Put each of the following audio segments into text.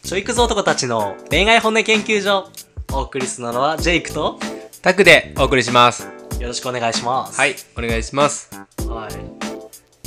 ちょいくぞ男たちの恋愛本音研究所。お送りするのはジェイクとタクでお送りします。 よろしくお願いします。 はい、お願いします。 はい。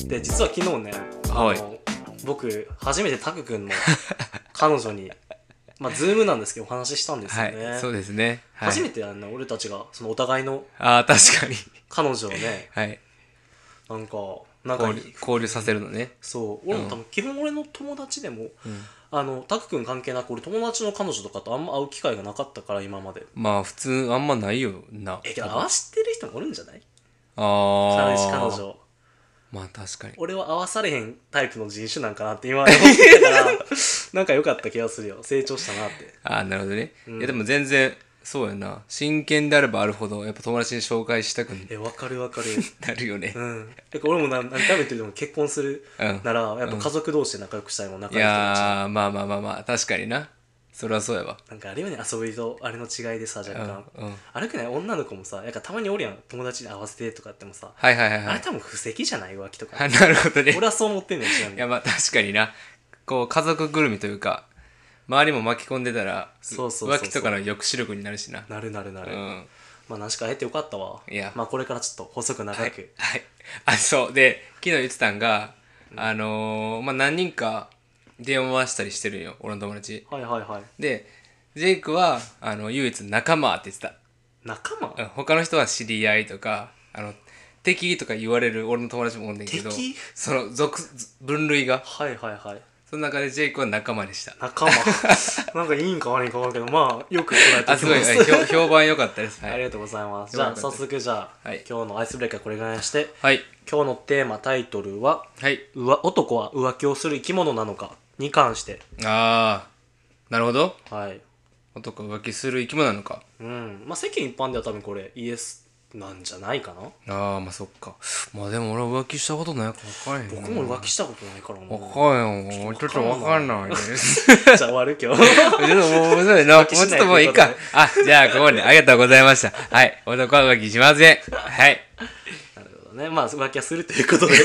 で、実は昨日ね、 はい、 僕初めてタクくんの彼女にまあズームなんですけどお話ししたんですよね。 はい、そうですね。はい、 初めて俺たちがそのお互いの確かに彼女をね、 はい、 なんか交流させるのね。 そう、俺も多分基本俺の友達でも、 うん、 タク君関係なく俺友達の彼女とかとあんま会う機会がなかったから今まで。 まあ普通あんまないよな。 けど合わせてる人もおるんじゃない？ 彼氏彼女。 まあ確かに俺は合わされへんタイプの人種なんかなって今まで思ってたからなんか良かった気がするよ。成長したなって。 なるほどね、いやでも全然そうやな。真剣であればあるほどやっぱ友達に紹介したくわかるわかるなるよね。 だから俺も何回も言ってるでも結婚するなら、やっぱ家族同士で仲良くしたいもん。仲良い人たち。 いやまあ確かにな。それはそうやわ。 なんかあれよね、遊びとあれの違いでさ、若干、あれくない？女の子もさ、なんかたまにおるやん、友達に合わせてとかってもさ、 あれ多分布石じゃない？浮気とか。 なるほどね。 俺はそう思ってんねん。ちなみに。 いやまあ確かにな。こう家族ぐるみというか周りも巻き込んでたら浮気とかの抑止力になるしな。 なる、まあ何しか会えてよかったわ。いやまあこれからちょっと細く長く、 はいそうで、昨日言ってたんがまあ何人か電話回したりしてるんよ、俺の友達。でジェイクは唯一仲間って言ってた。 仲間？ 他の人は知り合いとか敵とか言われる俺の友達もおんねんけど、その分類がその中でジェイクは仲間でした。 仲間なんかいいんか悪いんか分からんけど、まあよく捉えてきます。 すごい評判良かったです、 ありがとうございます。じゃあ早速今日のアイスブレイカーこれぐらいにして、今日のテーマタイトルは、男は浮気をする生き物なのかに関して。 なるほど。男は浮気する生き物なのか。 まあ世間一般では多分これイエスなんじゃないかな。 まあそっか。まあでも俺は浮気したことないから分かんへん。 僕も浮気したことないから分かんへん。ちょっと分かんないです。 じゃあ終わる今日。 ちょっともうそうやな。もうちょっともういいか。じゃあここでありがとうございました。はい。男は浮気しません。はい。 なるほどね。まあ浮気はするということで。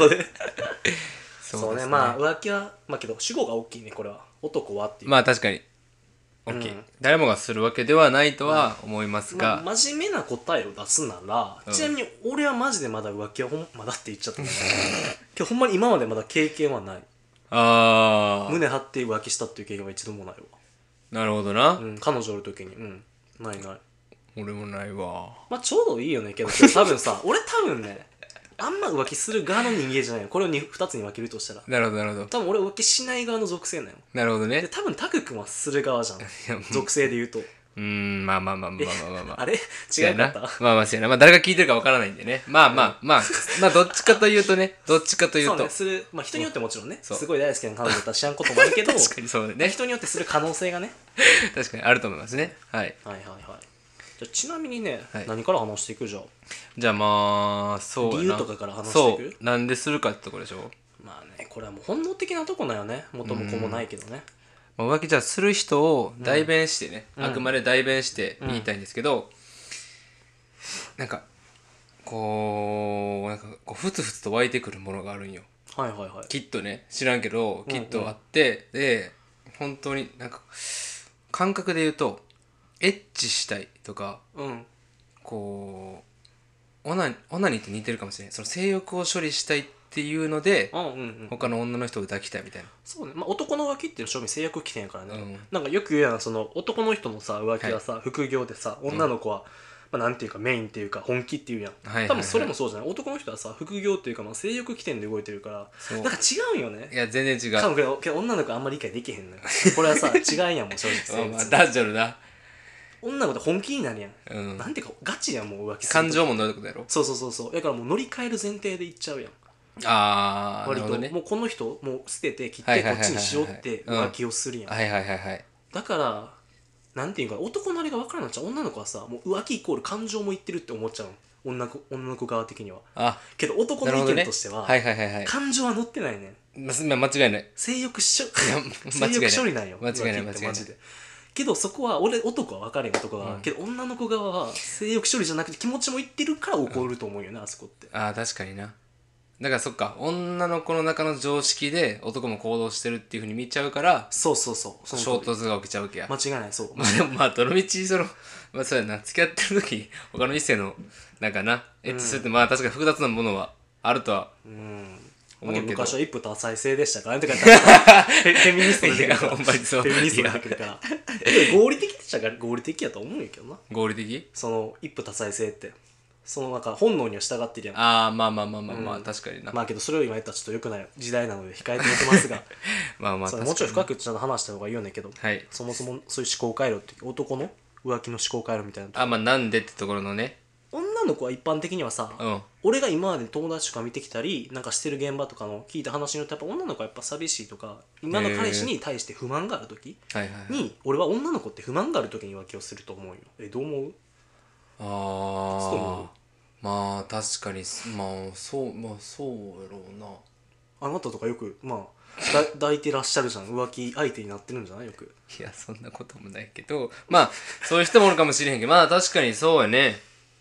そうね。まあ浮気はまあけど主語が大きいねこれは。男はっていう。 まあ確かに。誰もがするわけではないとは思いますが、 真面目な答えを出すなら、ちなみに俺はマジでまだ浮気はまだって言っちゃったけど今日ほんまに今までまだ経験はない。胸張って浮気したっていう経験は一度もないわ。 なるほどな。 彼女おる時にない。 俺もないわ。 まあちょうどいいよね。けど多分さ俺多分ねあんま浮気する側の人間じゃないよ。これを2つに分けるとしたら。 なるほど。 多分俺浮気しない側の属性なよ。 なるほどね。 で多分タク君はする側じゃん。属性で言うと。 まああれ違うかった？ まあ誰が聞いてるかわからないんでね。まあどっちかというとね。そうね、 まあ人によってもちろんね、すごい大好きな彼女だったら知らんこともあるけど確かにそうね。 人によってする可能性がね確かにあると思いますね。はい。 じゃあちなみにね、何から話していく？じゃあまあそうやな、 理由とかから話していく？ なんでするかってとこでしょ。 まあねこれはもう本能的なとこだよね。元も子もないけどね。 浮気じゃあする人を代弁してね、あくまで代弁して言いたいんですけど、なんかこうふつふつと湧いてくるものがあるんよ。きっとね、知らんけどきっとあって、で本当になんか感覚で言うとエッチしたいとか、こうオナニーって似てるかもしれない。その性欲を処理したいっていうので、他の女の人を抱きたいみたいな。 そうね。まあ男の浮気っていうのは正味性欲起点やからね。なんかよく言うやん、その男の人のさ浮気はさ、副業でさ、女の子はまあなんていうかメインっていうか本気っていうやん。多分それもそうじゃない。男の人はさ副業っていうかまあ性欲起点で動いてるから、なんか違うんよね。 いや全然違う。 多分けど女の子あんまり理解できへんのよ。これはさ違いやんもう正直。 ダジャルだ。 女の子って本気になるやん。なんていうかガチやん、もう浮気する感情も乗ることやろ。 そうだからもう乗り換える前提でいっちゃうやん。割ともうこの人もう捨てて切ってこっちにしようって浮気をするやん。だからなんていうか男のあれが分からなっちゃう。女の子はさもう浮気イコール感情もいってるって思っちゃうの。女の子側的には。けど男の意見としては感情は乗ってないねん。 間違いない。 性欲処理なんよ。 間違いないけどそこは男は分かれん。男はけど女の子側は性欲処理じゃなくて気持ちもいってるから怒ると思うよね、あそこって。 確かにな。 だからそっか、女の子の中の常識で男も行動してるっていうふうに見ちゃうから、 そうそうそう。 衝突が起きちゃうわけや。 間違いない、そう。 まあでもまあ、どのみち、まあそうやな、付き合ってる時に、他の異性の、なんかな、エッチするって、まあ確かに複雑なものはあるとは、 思うけど。昔は一夫多妻制でしたからね、とか言ったら、フェミニスト出てくるから。 ほんまにそう。 フェミニスト出てくるから。合理的っちゃ合理的やと思うんやけどな。 合理的？ その、一夫多妻制って。なんか本能には従ってるやん。 ああ、まあまあまあまあまあ、確かにな。 まあけどそれを今言ったらちょっと良くない時代なので控えておきますがまあまあもうちょい深くちゃんと話した方がいいよねんけど、 はい、 そもそもそういう思考回路って男の浮気の思考回路みたいなまあなんでってところのね、 女の子は一般的にはさ、俺が今まで友達とか見てきたりなんかしてる現場とかの聞いた話によってやっぱ女の子はやっぱ寂しいとか今の彼氏に対して不満がある時に、俺は女の子って不満がある時に浮気をすると思うよ。どう思う？そう思う？ まあ確かにまあそうやろうな。 あなたとかよく抱いてらっしゃるじゃん。浮気相手になってるんじゃない？よく。 いやそんなこともないけど、まあそういう人もおるかもしれへんけど、まあ確かにそうやね。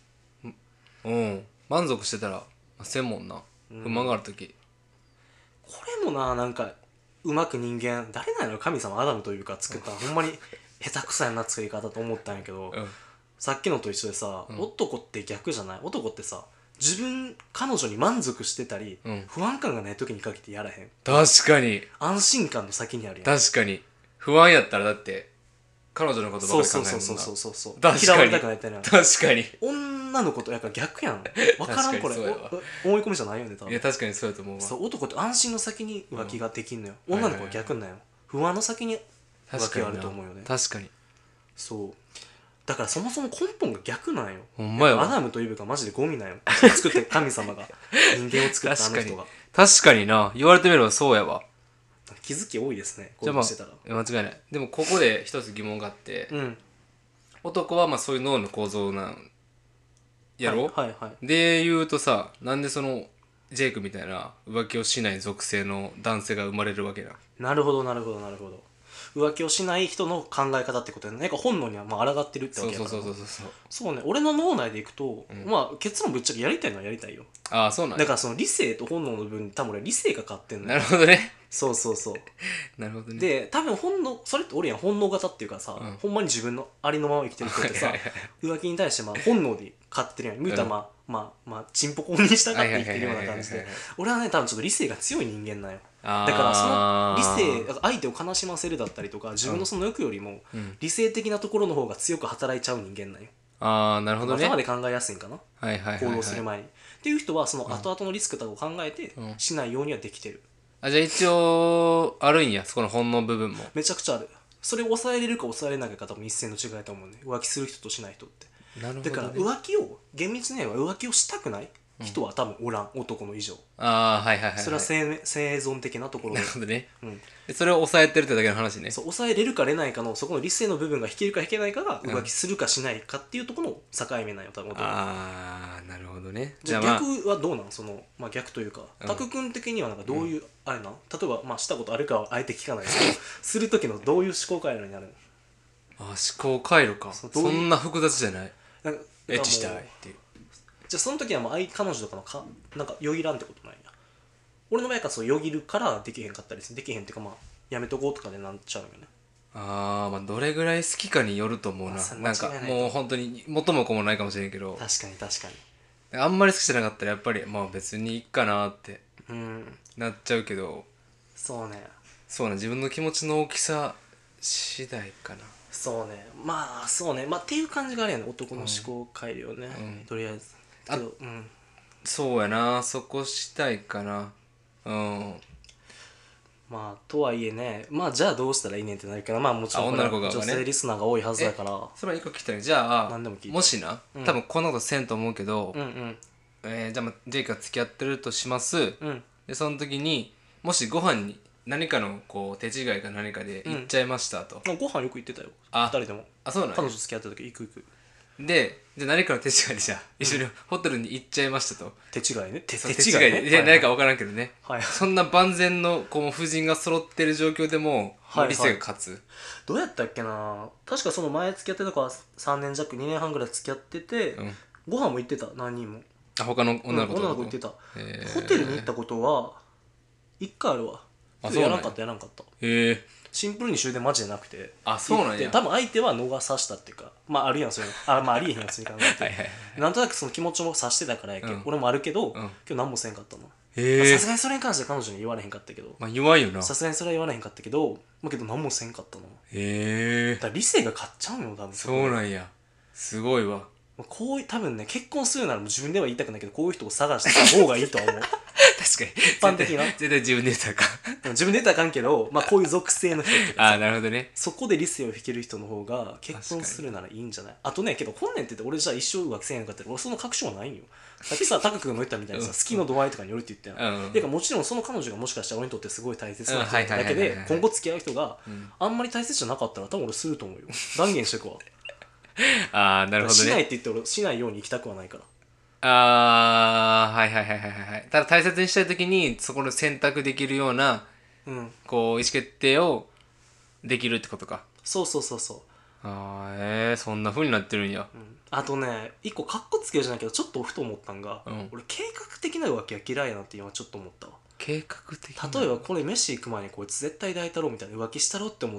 満足してたらせんもんな。不満がある時、 これもなんかうまく人間誰なの神様アダムというか作ったほんまに下手くそやな作り方と思ったんやけど、さっきのと一緒でさ、男って逆じゃない？男ってさ彼女に満足してたり、不安感がない時にかけてやらへん。 確かに安心感の先にあるやん。 確かに不安やったらだって彼女のことばかり考えるもんな。 そう確かに嫌われたくないってな。 確かに女の子とやっぱ逆やん。分からんこれ思い込みじゃないよね多分。 いや確かにそうやと思うわ。 そう男って安心の先に浮気ができんのよ、女の子は逆なんよ。不安の先に浮気があると思うよね。 確かにそうだからそもそも根本が逆なんよ。 ほんまやわ。 アダムとイブがマジでゴミなんよ。作って神様が人間を作ったあの人が。 確かにな、言われてみればそうやわ。 気づき多いですね。 こうしてたら間違いない。でもここで一つ疑問があって、男はまあそういう脳の構造なんやろ、で言うとさ、なんでそのジェイクみたいな浮気をしない属性の男性が生まれるわけな。 なるほどなるほどなるほど。浮気をしない人の考え方ってことやね。なんか本能には抗ってるってわけやから。そうね。俺の脳内でいくと、まあ結論ぶっちゃけやりたいのはやりたいよ。 ああそうなんだからその理性と本能の部分に多分俺理性が勝ってんのよ。 なるほどね。 そうなるほどね。 で多分それって俺やん本能型っていうかさ、ほんまに自分のありのまま生きてる人ってさ浮気に対して本能で勝ってるやん。言うたらまあチンポコに従って生きてるような感じで、俺はね多分ちょっと理性が強い人間なんよ。だからその理性、相手を悲しませるだったりとか自分のその欲よりも理性的なところの方が強く働いちゃう人間なんよ。 ああなるほどね。 頭で考えやすいんかな、行動する前にっていう人はその後々のリスクとかを考えてしないようにはできてる。 じゃあ一応あるんや、そこの本能部分も。 めちゃくちゃある。それを抑えれるか抑えれないか多分一線の違いだと思うね。浮気する人としない人って。 なるほど、ね、 だから浮気を厳密に言えば浮気をしたくない人は多分おらん、男の以上。それは生存的なところで。 なるほどね、それを抑えてるってだけの話ね。 そう抑えれるかれないかのそこの理性の部分が引けるか引けないかが浮気するかしないかっていうところの境目なんよ多分。 ああなるほどね。 じゃあ逆はどうなん？逆というかタク君的にはなんかどういう、あれなん？例えばしたことあるかはあえて聞かないですけどする時のどういう思考回路になるの？ 思考回路か。そんな複雑じゃない。エッチしたいっていう。 じゃあその時はもう彼女とかのなんかよぎらんってことなんや。俺の場合からよぎるからできへんかったりする。できへんっていうかやめとこうとかでなっちゃうよね。 まあどれぐらい好きかによると思うな。なんかもう本当に元も子もないかもしれんけど。 確かにあんまり好きじゃなかったらやっぱりまあ別にいいかなってなっちゃうけど。 そうね。 自分の気持ちの大きさ次第かな。 そうね。っていう感じがあるやね、男の思考回路ね、とりあえず。 そうやな、そこしたいかな。 とはいえね、じゃあどうしたらいいねんってなるから、もちろん女性リスナーが多いはずだから。 それは一個聞きたい。じゃあもしな、多分こんなことせんと思うけど、じゃあジェイクが付き合ってるとします。でその時にもしご飯に何かの手違いか何かで行っちゃいましたと。 ご飯よく行ってたよ、2人でも。 そうなんや。 彼女付き合った時行く。 でじゃあ何かの手違いでじゃあ一緒にホテルに行っちゃいましたと。 手違いね。手違いで何か分からんけどね。そんな万全の夫人が揃ってる状況でも理性が勝つ。 どうやったっけな。確かその前付き合ってた子は3年弱2年半ぐらい付き合ってて、ご飯も行ってた。何人も他の女の子と、 女の子言ってた。ホテルに行ったことは1回あるわ。やらんかった。シンプルに終電マジでなくて。 そうなんや。 多分相手は逃さしたっていうか、あるやんそういうの。ありえへんやつに考えてなんとなくその気持ちも察してたからやけど、俺もあるけど、今日何もせんかったの。さすがにそれに関して彼女に言われへんかったけど、 言わんよな。 さすがにそれは言われへんかったけど、けど何もせんかったの。だから理性が勝っちゃうよ多分。 そうなんや。すごいわ。 こういう多分ね、結婚するなら自分では言いたくないけど、こういう人を探した方がいいとは思う。確かに一般的な絶対自分で言ったらあかん自分で言ったらあかんけど、こういう属性の人ってなるほどね。 そこで理性を引ける人の方が結婚するならいいんじゃない。あとね、けど本年って言って俺じゃあ一生浮気せんやんかって、俺その確証はないんよ。さっきさタカ君が言ったみたいにさ、好きの度合いとかによるって言ったやん。だからもちろんその彼女がもしかしたら俺にとってすごい大切な人だっただけで、今後付き合う人があんまり大切じゃなかったら多分俺すると思うよ。断言してくわ。 なるほどね。 しないって言って俺しないように行きたくはないから。 ただ大切にしたい時にそこの選択できるような、こう意思決定をできるってことか。 そう。 そんな風になってるんや。 あとね、一個カッコつけるじゃないけどちょっとふと思ったんが、俺計画的な浮気は嫌いやなって今ちょっと思ったわ。 計画的な。 例えばこれ飯行く前にこいつ絶対抱いたろうみたいな浮気したろって思って、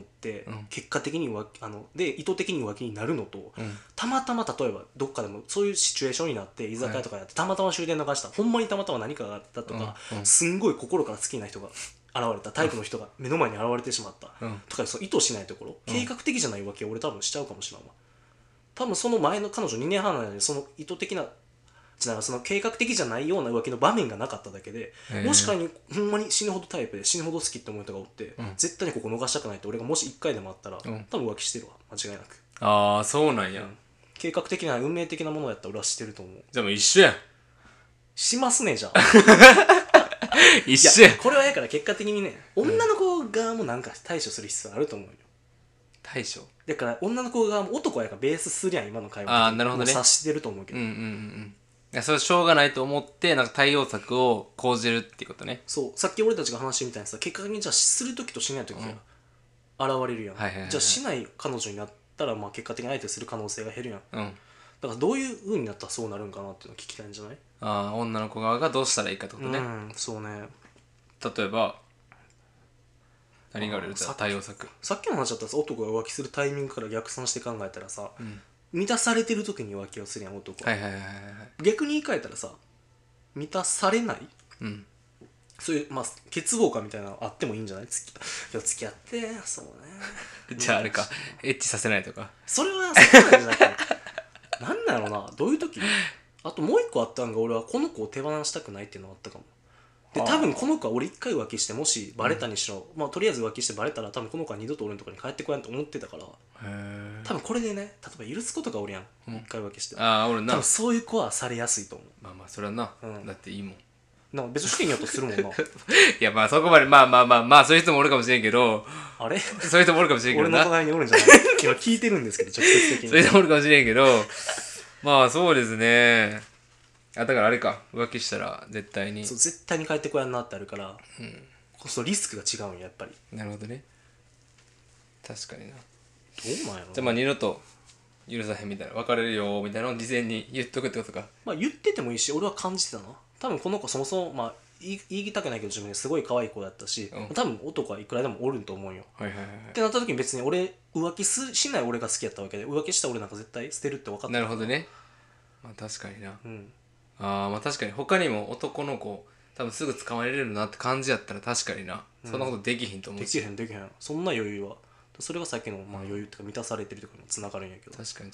結果的にで意図的に浮気になるのと、たまたま例えばどっかでもそういうシチュエーションになって居酒屋とかやってたまたま終電逃した、ほんまにたまたま何かがあったとか、すんごい心から好きな人が現れたタイプの人が目の前に現れてしまった、とかそう意図しないところ、計画的じゃない浮気は俺多分しちゃうかもしれんわ。多分その前の彼女2年半なのにその意図的なその計画的じゃないような浮気の場面がなかっただけで、もし仮にほんまに死ぬほどタイプで死ぬほど好きって思う人がおって、絶対にここ逃したくないって俺がもし1回でもあったら、多分浮気してるわ間違いなく。 そうなんや、 計画的な運命的なものやったら俺はしてると思う。 じゃあもう一緒やん。 しますねじゃあ一緒やん。 これはやから結果的にね、女の子側もなんか対処する必要あると思うよ。 対処だから女の子側も男やからベースすりゃ今の会話なるほどね。 察してると思うけど、 いやそれはしょうがないと思ってなんか対応策を講じるっていうことね。 そうさっき俺たちが話してみたいにさ、結果的にじゃあする時としない時が現れるやん、じゃあしない彼女になったら結果的に相手する可能性が減るやん、だからどういう風になったらそうなるんかなっていうのを聞きたいんじゃない。 女の子側がどうしたらいいかってことね。 そうね。 例えば何があるじゃあ対応策。 さっきの話だったらさ、男が浮気するタイミングから逆算して考えたらさ、満たされてる時に浮気をするやん男は。逆に言い換えたらさ、満たされない、そういう欠乏感みたいなのあってもいいんじゃない。付き合ってそうねじゃああれか、エッチさせないとか。 それはそうなんじゃなくてなんだろうな、どういう時。あともう一個あったんが、俺はこの子を手放したくないっていうのがあったかも。で多分この子は俺一回浮気してもしバレたにしろ、とりあえず浮気してバレたら多分この子は二度と俺のところに帰ってこやんと思ってたから、多分これでね、例えば許す子とかおるやん、一回浮気して俺な、 多分そういう子はされやすいと思う。 それはな、だっていいもん。 なんか別に好きにやったとするもんな。いやそこまでそういう人もおるかもしれんけど、 あれそういう人もおるかもしれんけどな。 俺の隣におるんじゃない今聞いてるんですけど直接的に。 そういう人もおるかもしれんけどそうですね。だからあれか、浮気したら絶対に絶対に帰ってこやんなってあるから、そのリスクが違うんややっぱり。 なるほどね。確かにな。 どうなんやろな。 じゃあ二度と許さへんみたいな、別れるよみたいなのを事前に言っとくってことか。 言っててもいいし、俺は感じてたな。多分この子そもそも言いたくないけど自分ですごい可愛い子だったし、多分男はいくらでもおると思うよ。ってなった時に別に俺浮気しない俺が好きやったわけで、浮気した俺なんか絶対捨てるって分かった。 なるほどね。確かにな。確かに他にも男の子多分すぐ捕まえれるなって感じやったら確かにな、そんなことできひんと思う。 できへんそんな余裕は。それがさっきの余裕っていうか満たされてるとかにもつながるんやけど。 確かに。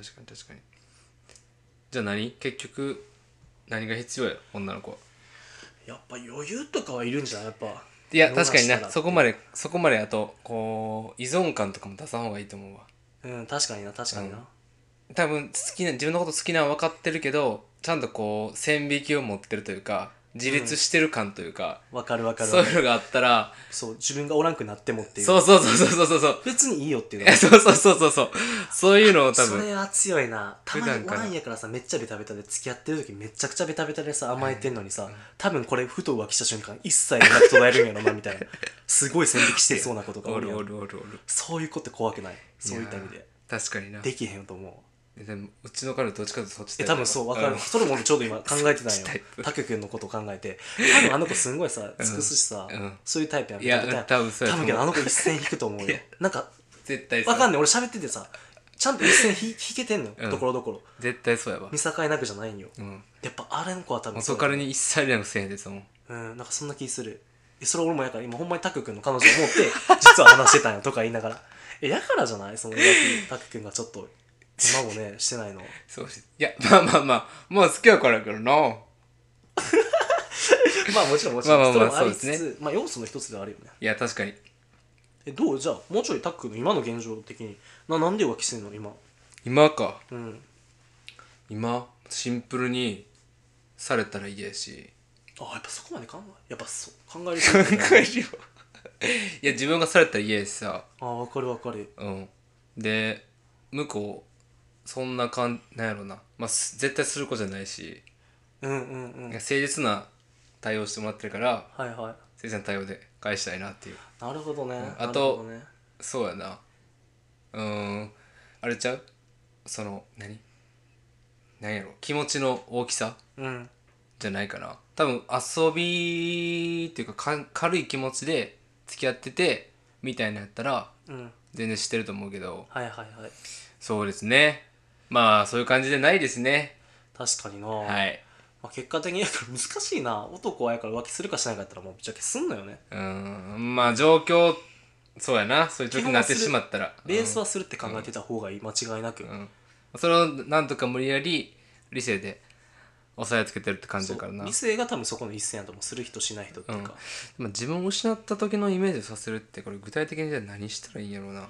じゃあ結局何が必要や女の子は。 やっぱ余裕とかはいるんじゃない。やっぱいや確かにな、そこまであとこう依存感とかも出さん方がいいと思うわ。 確かにな。 多分自分のこと好きなのは分かってるけど、ちゃんとこう線引きを持ってるというか自立してる感というか、 分かるそういうのがあったら、 自分がおらんくなってもっていう。 そう別にいいよっていうの。 そういうのを多分それは強いな。たまにおらんやからさ、めっちゃベタベタで付き合ってる時めちゃくちゃベタベタでさ甘えてんのにさ、多分これふと浮気した瞬間一切なく途絶えるんやろなみたいなすごい線引きしてそうなことがおるやん。そういう子って怖くない。そういった意味で確かにな。 できへんと思う。 でもうちの彼どっちかというとそっち多分そう分かる、それも俺ちょうど今考えてたんよタク君のことを考えて、多分あの子すんごいさ尽くすしさ、そういうタイプやん。 いや多分そうやと思う。 多分けどあの子一線引くと思うよ。なんか絶対分かんない、俺喋っててさちゃんと一線引けてんのよ、ところどころ。 絶対そうやわ。 見境なくじゃないんよ。やっぱあれの子は多分元彼に一切連絡せえへんですもん。 なんかそんな気する。それ俺もやから今ほんまにタク君の彼女を思って実は話してたんよとか言いながらやからじゃない、そのタク君がちょっと今もねしてないの。 そうし、いやまあ好きやからやけどな。 まあもちろんそれもありつつ、 そうですね。 要素の一つではあるよね。 いや確かに。 どうじゃあもうちょいタックの今の現状的になんで浮気してんの今か。今シンプルにされたら嫌やし。 やっぱそこまでやっぱそう考えるよ。いや自分がされたら嫌やしさ。 分かる分かる。 で向こうそんななんやろな、絶対する子じゃないし、誠実な対応してもらってるから、誠実な対応で返したいなっていう。 なるほどね。 あとそうやな、あれちゃう、その何やろ、気持ちの大きさ、じゃないかな。多分遊びっていうか軽い気持ちで付き合っててみたいなやったら、全然知ってると思うけど、そうですね。まあそういう感じでないですね。 確かにな。結果的にやから難しいな。男はやから浮気するかしないかやったらもうぶっちゃけすんのよね。 まあ状況、そうやな、そういう時になってしまったらベースはするって考えてた方がいい、間違いなく。 それをなんとか無理やり理性で抑えつけてるって感じだからな。 理性が多分そこの一線やと思う。する人しない人っていうか、 自分を失った時のイメージをさせるって、これ具体的にじゃあ何したらいいんやろうな。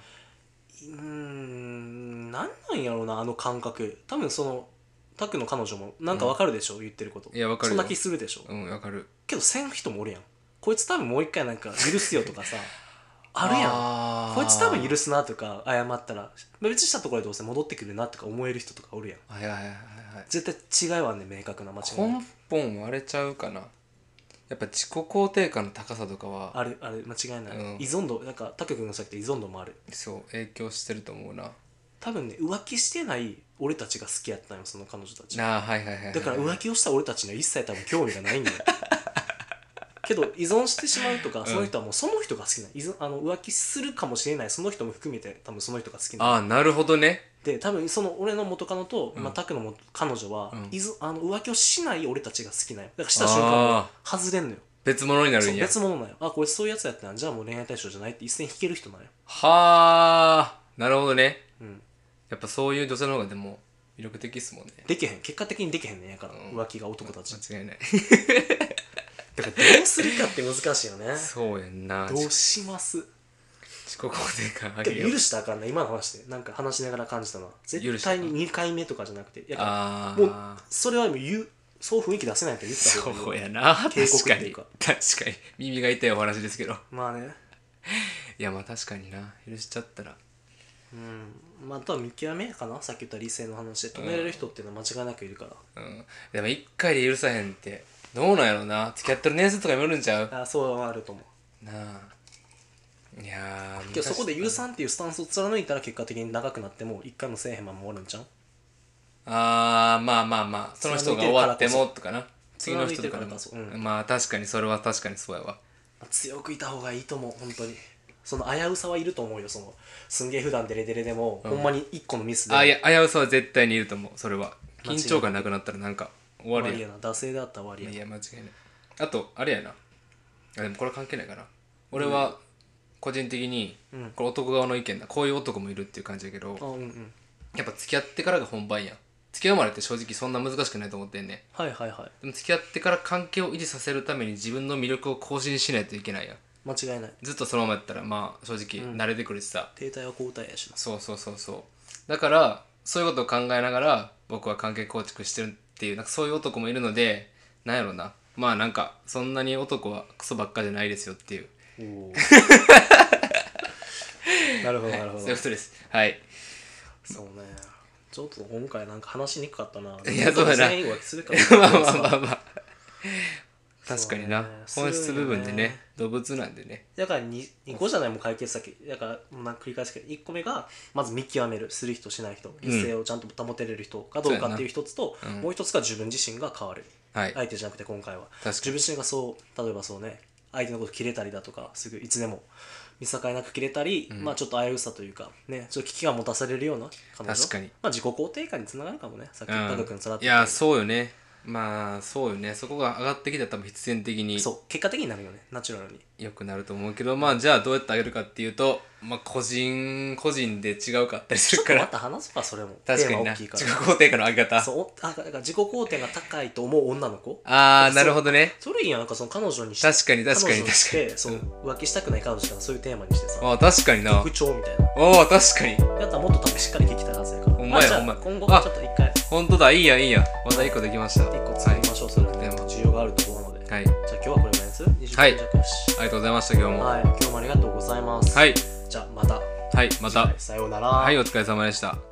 なんなんやろうな、あの感覚。多分そのタクの彼女もなんかわかるでしょ、言ってること。 いやわかるよ。 そんな気するでしょ。 わかるけどせん人もおるやん。こいつ多分もう一回なんか許すよとかさあるやん。こいつ多分許すなとか謝ったら別にしたところでどうせ戻ってくるなとか思える人とかおるやん。絶対違いはね、明確な間違いない。 根本割れちゃうかな。やっぱ自己肯定感の高さとかはある間違いない、依存度、なんかタク君がさっき言った依存度もある。 そう影響してると思うな。 多分ね、浮気してない俺たちが好きやったんよ、その彼女たち。 だから浮気をした俺たちには一切多分興味がないんだよけど依存してしまうとか、その人はもうその人が好きな浮気するかもしれないその人も含めて多分その人が好きななるほどね。 で多分その俺の元カノと、タクの彼女は、浮気をしない俺たちが好きなんよ。だからした瞬間も外れんのよ。 別物になるんや。 別物なんよ。こいつそういうやつやったんじゃあもう恋愛対象じゃないって一線引ける人なんよ。 なるほどね。やっぱそういう女性の方がでも魅力的っすもんね。 できへん、結果的にできへんねんやから、浮気が男たち。 間違いないだからどうするかって難しいよね。 そうやんな。 どうします？ 自己肯定感上げよう。許したらあかんね。今の話でなんか話しながら感じたのは絶対に2回目とかじゃなくて、もうそれはもうそう雰囲気出せないと言った方がいい。 そうやな。確かに耳が痛いお話ですけど。 まあね。 いやまあ確かにな、許しちゃったらあとは見極めかな。さっき言った理性の話で止めれる人っていうのは間違いなくいるから。 でも1回で許さへんってどうなんやろな。付き合ってる年数とかにもよるんちゃう？ そうはあると思うなあ。いやけどそこで許さんっていうスタンスを貫いたら結果的に長くなっても一回もせえへんまま終わるんちゃう？ まあその人が終わってもとかな、次の人とかでも、まあ確かにそれは確かにそうやわ。 強くいた方がいいと思う。本当にその危うさはいると思うよ。そのすんげえ普段デレデレでも、ほんまに一個のミスでいや危うさは絶対にいると思う。それは緊張感なくなったらなんか終わるやん。 惰性であったら終わりやな。 いや間違いない。あとあれやな、でもこれ関係ないかな。俺は個人的に、これ男側の意見だ。こういう男もいるっていう感じやけど、やっぱ付き合ってからが本番やん。付き合うまでって正直そんな難しくないと思ってんね。 でも付き合ってから関係を維持させるために自分の魅力を更新しないといけないやん。 間違いない。 ずっとそのままやったら正直慣れてくるしさ、 停滞は後退やしな。 そうだからそういうことを考えながら僕は関係構築してるっていう、なんかそういう男もいるので、なんやろな、なんかそんなに男はクソばっかじゃないですよっていうなるほどそういうことです。 そうね。ちょっと今回なんか話しにくかったな。 いやそうだな。 全員浮気するから確かにな、本質部分でね、動物なんでね。 だから 2個じゃないも解決先だから、繰り返すけど1個目がまず見極める、する人しない人、理性をちゃんと保てれる人かどうかっていう一つと、もう一つが自分自身が変わる、相手じゃなくて今回は自分自身がそう例えばそうね相手のこと切れたりだとかすぐいつでも見境なく切れたり、ちょっと危うさというかね、ちょっと危機感を持たされるような彼女、 確かに、 自己肯定感につながるかもね、さっきタク君さらっといやそうよね、そうよね、そこが上がってきたら多分必然的にそう結果的になるよね、ナチュラルに良くなると思うけど、じゃあどうやってあげるかっていうと、個人個人で違うかったりするから、 ちょっとまた話すかそれも、 確かにな、自己肯定感の上げ方、 そうだから自己肯定が高いと思う女の子、 なるほどね、 それいいやん、その彼女にして、 確かにそう浮気したくない彼女とかそういうテーマにしてさ、 確かにな、 特徴みたいな、 確かにやったらもっと多分しっかり聞きたいはずやから、 ほんまやほんまや、 今後ちょっと一回本当だ、いいやまた1個できました、 1個作りましょう、それで需要があると思うので、じゃあ今日はこれぐらいです。20分弱よし、 ありがとうございました。今日も、 今日もありがとうございます。じゃあまた、 また、 さようなら。 お疲れ様でした。